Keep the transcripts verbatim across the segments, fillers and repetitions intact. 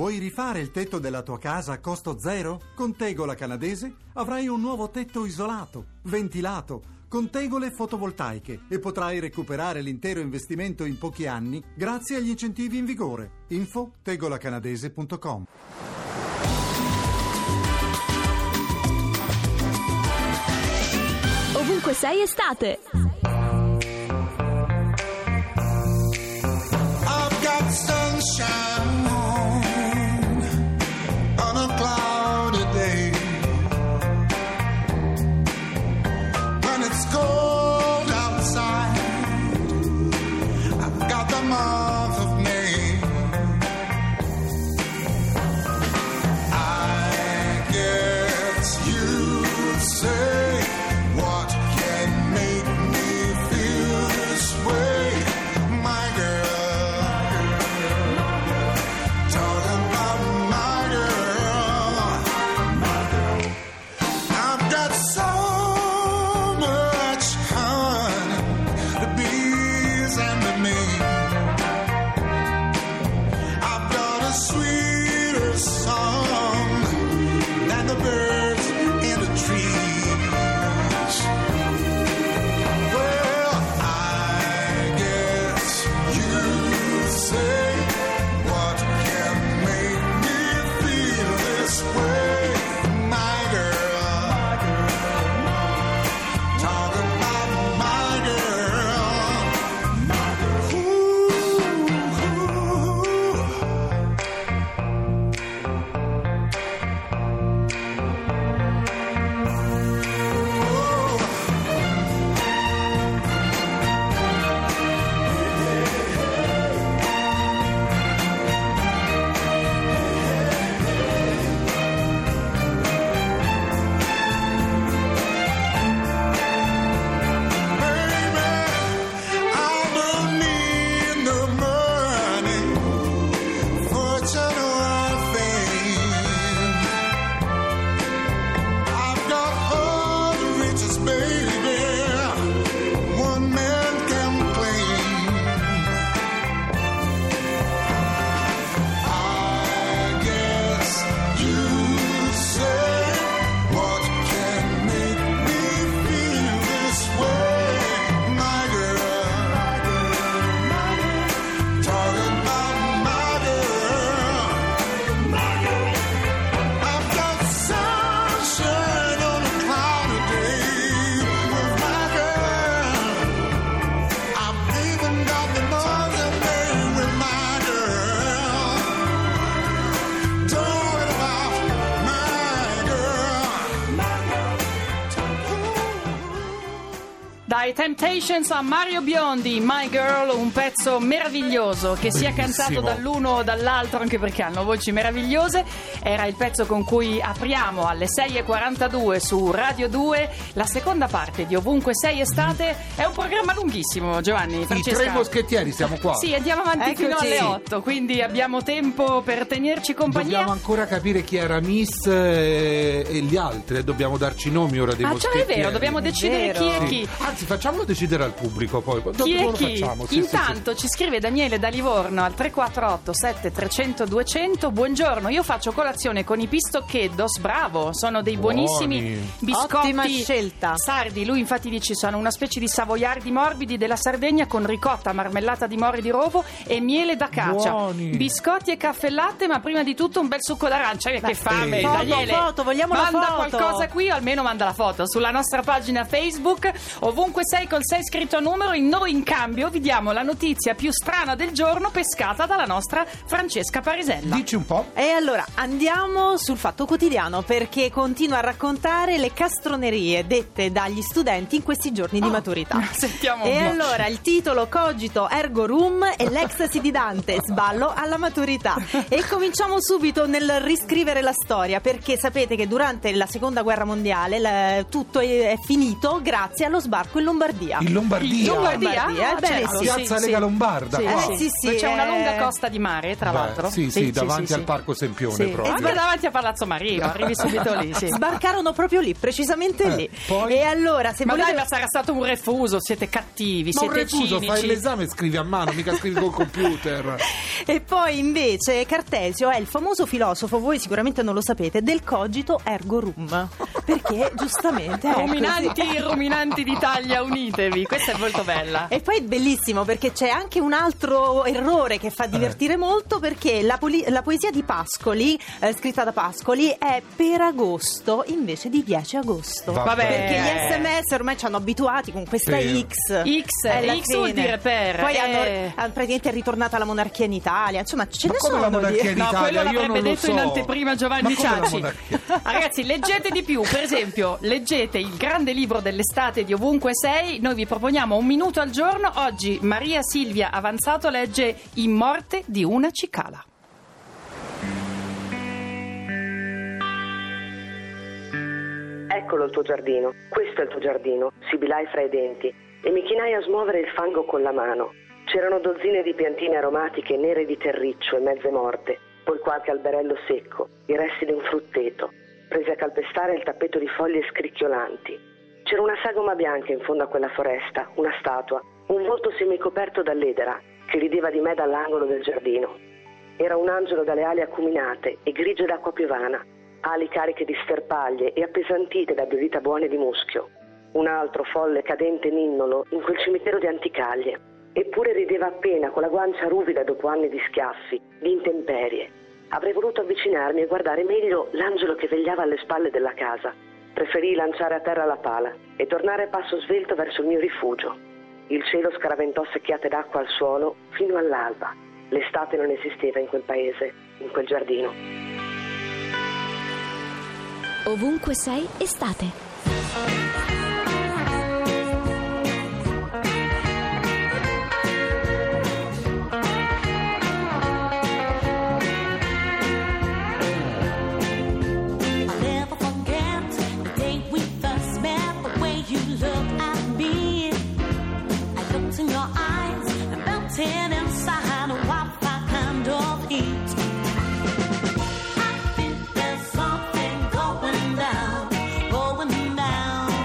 Vuoi rifare il tetto della tua casa a costo zero? Con Tegola Canadese avrai un nuovo tetto isolato, ventilato, con tegole fotovoltaiche e potrai recuperare l'intero investimento in pochi anni grazie agli incentivi in vigore. Info tegolacanadese punto com. Ovunque sei estate. I've got sunshine on a cloudy day. When it's cold outside, I've got the month of May. I guess you'd say, what can make me feel this way, my girl? Talking about my girl. I've got so much fun, the bees and the me. I've got a sweeter song than the birds in the trees. Well, I guess you'd say, what can make me feel this way, my girl? Talk about my girl. Ooh, Dai Temptations a Mario Biondi, My Girl, un pezzo meraviglioso che sia cantato dall'uno o dall'altro, anche perché hanno voci meravigliose. Era il pezzo con cui apriamo alle sei e quarantadue su Radio due la seconda parte di Ovunque sei estate. È un programma lunghissimo, Giovanni, Francesca. I tre moschettieri siamo qua. Sì, andiamo avanti Eccoci. fino alle otto, quindi abbiamo tempo per tenerci compagnia. Dobbiamo ancora capire chi era Miss e, e gli altri, dobbiamo darci i nomi ora dei Ah, moschettieri. già è vero, dobbiamo decidere vero. chi è Sì. chi. Anzi, facciamolo decidere al pubblico poi. Dopo Chi è lo chi? facciamo. Sì, Intanto sì, sì. ci scrive Daniele da Livorno al tre quattro otto sette trecento duecento. Buongiorno, io faccio colazione con i pistocchedos, bravo, sono dei Buoni. buonissimi biscotti Ottima scelta. sardi. Lui infatti dice sono una specie di savoiardi morbidi della Sardegna con ricotta, marmellata di mori di rovo e miele d'acacia. Buoni. Biscotti e caffè e latte, ma prima di tutto un bel succo d'arancia. Che fame, foto, Daniele. foto, vogliamo la manda foto. qualcosa qui, o almeno manda la foto sulla nostra pagina Facebook Ovunque sei col sei scritto a numero. E noi in cambio vi diamo la notizia più strana del giorno pescata dalla nostra Francesca Parisella. Dici un po'. E allora andiamo sul Fatto Quotidiano, perché continua a raccontare le castronerie dette dagli studenti in questi giorni di Oh, maturità. sentiamo un E po'. allora il titolo Cogito ergo rum e l'ecstasy di Dante, sballo alla maturità. E cominciamo subito nel riscrivere la storia, perché sapete che durante la seconda guerra mondiale la- tutto è, è finito grazie allo sbarco in Lombardia. In Lombardia. In Lombardia? Lombardia, Ah, ebbene certo, sì. Piazza sì, Lega sì. Lombarda. Sì, qua. Eh, sì, sì, Dove c'è una eh. lunga costa di mare, tra Beh, l'altro. Sì, sì, Sì, davanti sì, al sì. Parco Sempione Sì. proprio. Anche davanti a Palazzo Marino, arrivi subito lì, sì. Sbarcarono proprio lì, precisamente Eh, lì. poi? E allora, se Ma volete... dai, ma sarà stato un refuso, siete cattivi, Ma un siete refuso, fai cinici. l'esame e scrivi a mano, mica scrivi col computer. E poi invece Cartesio è il famoso filosofo, voi sicuramente non lo sapete, del cogito ergo rum. Perché giustamente è Ruminanti così. e ruminanti d'Italia, unitevi, questa è molto bella. E poi bellissimo perché c'è anche un altro errore che fa divertire molto, perché la, poli- la poesia di Pascoli, eh, scritta da Pascoli, è per agosto invece di dieci agosto. Va Vabbè. Perché gli sms ormai ci hanno abituati con questa Per. X. X, Alla X vuol fine. dire per, Poi eh. hanno, hanno praticamente è ritornata la monarchia in Italia. Insomma, ce Ma ne come sono la di- monarchia in No, Italia? quello Io l'avrebbe non lo detto so. in anteprima Giovanni Ma come la Ciacci. monarchia? Ah, ragazzi, leggete di più. Per esempio, leggete il grande libro dell'estate di Ovunque Sei. Noi vi proponiamo un minuto al giorno. Oggi Maria Silvia Avanzato legge In morte di una cicala. Eccolo il tuo giardino, questo è il tuo giardino, sibilai fra i denti e mi chinai a smuovere il fango con la mano. C'erano dozzine di piantine aromatiche nere di terriccio e mezze morte, poi qualche alberello secco, i resti di un frutteto. Presi a calpestare il tappeto di foglie scricchiolanti. C'era una sagoma bianca in fondo a quella foresta, una statua, un volto semicoperto dall'edera che rideva di me dall'angolo del giardino. Era un angelo dalle ali acuminate e grigie d'acqua piovana, ali cariche di sterpaglie e appesantite da due dita buone di muschio. Un altro folle cadente ninnolo in quel cimitero di anticaglie. Eppure rideva appena con la guancia ruvida dopo anni di schiaffi, di intemperie. Avrei voluto avvicinarmi e guardare meglio l'angelo che vegliava alle spalle della casa. Preferii lanciare a terra la pala e tornare a passo svelto verso il mio rifugio. Il cielo scaraventò secchiate d'acqua al suolo fino all'alba. L'estate non esisteva in quel paese, in quel giardino. Ovunque sei, estate. Inside a wildfire kind of heat. I think there's something going down, going down.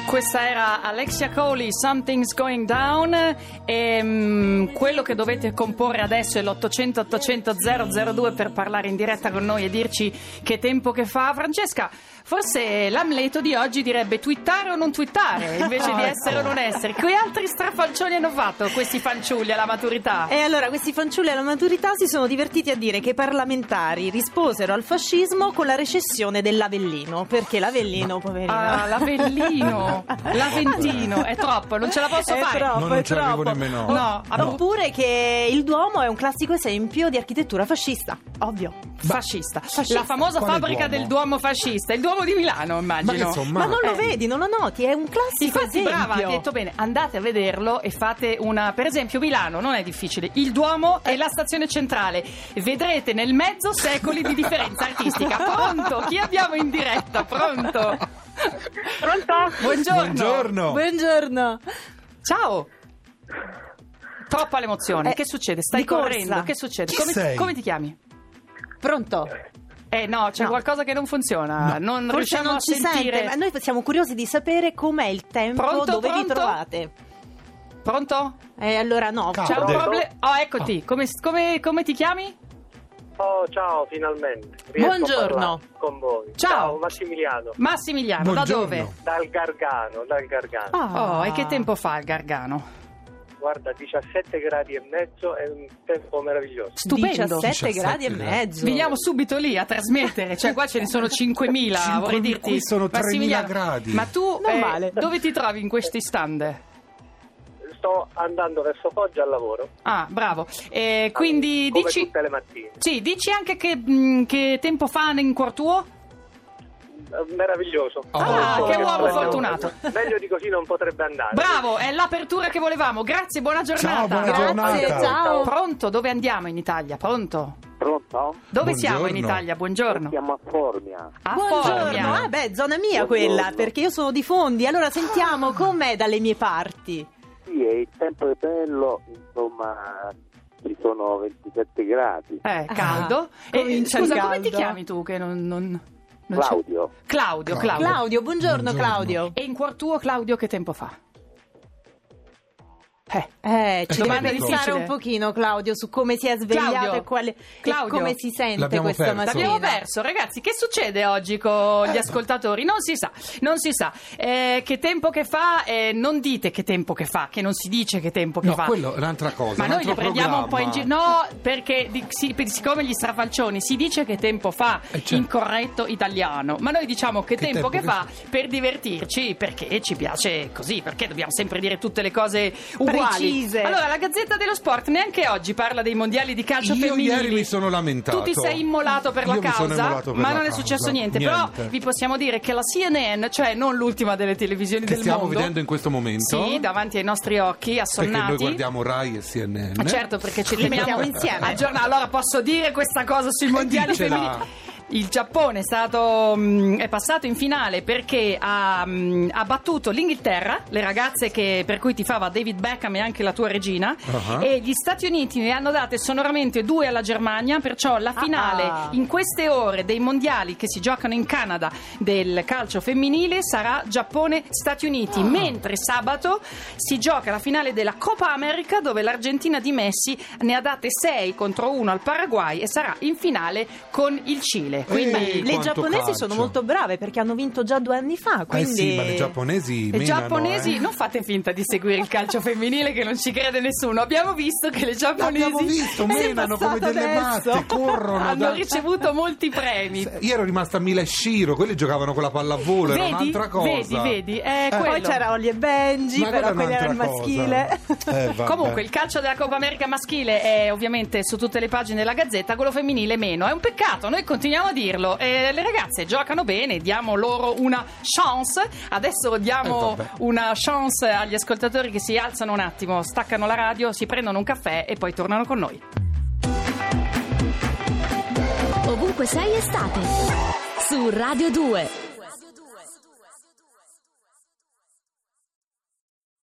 Questa era Alexia Coley, Something's Going Down, e um, quello che dovete comporre adesso è l'ottocento ottocento zero zero due per parlare in diretta con noi e dirci che tempo che fa. Francesca, forse l'Amleto di oggi direbbe twittare o non twittare invece di essere o non essere. Che altri strafalcioni hanno fatto questi fanciulli alla maturità? E allora questi fanciulli alla maturità si sono divertiti a dire che i parlamentari risposero al fascismo con la recessione dell'Avellino, perché l'Avellino, poverino. Ah, l'Avellino, l'Aventino, è troppo, non ce la posso È fare. troppo, No, è non ci arrivo troppo. nemmeno. No, Oppure che il Duomo è un classico esempio di architettura fascista, ovvio. fascista. Fascista. La famosa Quale fabbrica Duomo? del Duomo fascista, il Duomo di Milano, Ma immagino. che insomma, Ma non lo Eh. vedi, non lo noti, è un classico Infatti, esempio. brava, hai detto bene, andate a vederlo e fate una, per esempio Milano, non è difficile, il Duomo e la stazione centrale, vedrete nel mezzo secoli di differenza artistica. Pronto? Chi abbiamo in diretta? Pronto? Pronto? Buongiorno. Buongiorno. Buongiorno. Ciao. Troppa l'emozione, Eh, che succede? Stai di corsa. correndo, che succede? Chi Come, sei? come ti chiami? Pronto? Eh no, c'è No. qualcosa che non funziona, non Forse riusciamo non a ci sentire. sente, ma noi siamo curiosi di sapere com'è il tempo, Pronto, dove vi pronto? trovate. Pronto? E allora no. Ciao. C'è un Pronto? problema? Oh, eccoti. Come, come- come ti chiami? Oh, ciao, finalmente. Riesco Buongiorno. a parlare con voi. Ciao. Massimiliano. Massimiliano, da Buongiorno. dove? Dal Gargano, dal Gargano. Ah. Oh, e che tempo fa il Gargano? Guarda, diciassette gradi e mezzo è un tempo meraviglioso. Stupendo. diciassette gradi e gradi. mezzo. Veniamo subito lì a trasmettere, cioè qua ce ne sono cinquemila, Cinque- vorrei dirti. qui sono tremila Massimiliano, gradi. Ma tu Non eh, male. dove ti trovi in questi stand? Sto andando verso Foggia al lavoro. Ah, bravo. Eh, quindi come dici tutte le mattine. sì, dici anche che, mh, che tempo fa in cuor tuo? Eh, Meraviglioso. Oh. Ah, Non so che uomo meglio- fortunato. Meglio di così non potrebbe andare. Bravo, è l'apertura che volevamo. Grazie, buona giornata. Ciao, buona Grazie, giornata. ciao. Pronto? Dove andiamo in Italia? Pronto? Pronto? Dove siamo in Buongiorno. Italia? Buongiorno. Siamo a Formia. A Buongiorno, Formia. ah beh, zona mia Buongiorno. quella, perché io sono di Fondi. Allora sentiamo com'è dalle mie parti. Sì, e il tempo è bello, insomma, ci sono ventisette gradi. Eh, caldo. Ah, E, comincia scusa, il come ti caldo. chiami tu? Che non, non, non c'è- Claudio, Claudio, Claudio. Claudio, buongiorno, Buongiorno. Claudio. E in cuor tuo, Claudio, che tempo fa? Eh. Eh, ci Domanda deve pensare difficile. un pochino, Claudio, su come si è svegliato Claudio. e, quale, e Claudio. come si sente L'abbiamo questa perso. mattina. L'abbiamo perso, ragazzi. Che succede oggi con gli ascoltatori? Non si sa, non si sa. Eh, che tempo che fa? Eh, non dite che tempo che fa, che non si dice che tempo che No, fa. quello è un'altra cosa. Ma un noi li altro prendiamo un po' in programma. giro. No, perché di- si- per- siccome gli strafalcioni si dice che tempo fa Eh, certo. in corretto italiano, ma noi diciamo che, Che tempo, tempo che che fa per divertirci, perché ci piace così, perché dobbiamo sempre dire tutte le cose uguali. Precise. Allora, la Gazzetta dello Sport neanche oggi parla dei mondiali di calcio Io femminili. ieri mi sono lamentato. Tu ti sei immolato per Io la mi sono causa, immolato per ma la non è causa. successo niente. Niente. Però vi possiamo dire che la C N N, cioè non l'ultima delle televisioni Che del stiamo mondo, vedendo in questo momento. sì, davanti ai nostri occhi Perché assonnati. noi guardiamo Rai e C N N. Ah, certo, perché ci Li teniamo mettiamo insieme. a giornare. Allora posso dire questa cosa sui mondiali dicela. femminili. Il Giappone è stato mh, è passato in finale perché ha, mh, ha battuto l'Inghilterra, le ragazze che, per cui tifava David Beckham e anche la tua regina, Uh-huh. e gli Stati Uniti ne hanno date sonoramente due alla Germania, perciò la finale Ah. in queste ore dei mondiali che si giocano in Canada del calcio femminile sarà Giappone-Stati Uniti, mentre sabato si gioca la finale della Copa America dove l'Argentina di Messi ne ha date sei contro uno al Paraguay e sarà in finale con il Cile. Quindi Ehi, Le quanto giapponesi calcio. sono molto brave perché hanno vinto già due anni fa. Eh Quindi... sì, ma le giapponesi le menano, giapponesi, eh. non fate finta di seguire il calcio femminile che non ci crede nessuno. Abbiamo visto che le giapponesi L'abbiamo visto, È menano come passato delle adesso. matte, corrono. hanno da- ricevuto molti premi. Io ero rimasta a Mila e Shiro, quelli giocavano con la pallavolo, era Vedi, un'altra cosa. vedi, vedi, è Poi quello. c'era Ollie e Benji, Ma però quella è quello era il un'altra maschile. cosa. Eh, vabbè. Comunque il calcio della Coppa America maschile è ovviamente su tutte le pagine della Gazzetta, quello femminile meno. È un peccato, noi continuiamo a dirlo. E le ragazze giocano bene, diamo loro una chance. Adesso diamo Eh, vabbè. una chance agli ascoltatori che si alzano un attimo, staccano la radio, si prendono un caffè e poi tornano con noi. Ovunque sei estate. Su Radio due.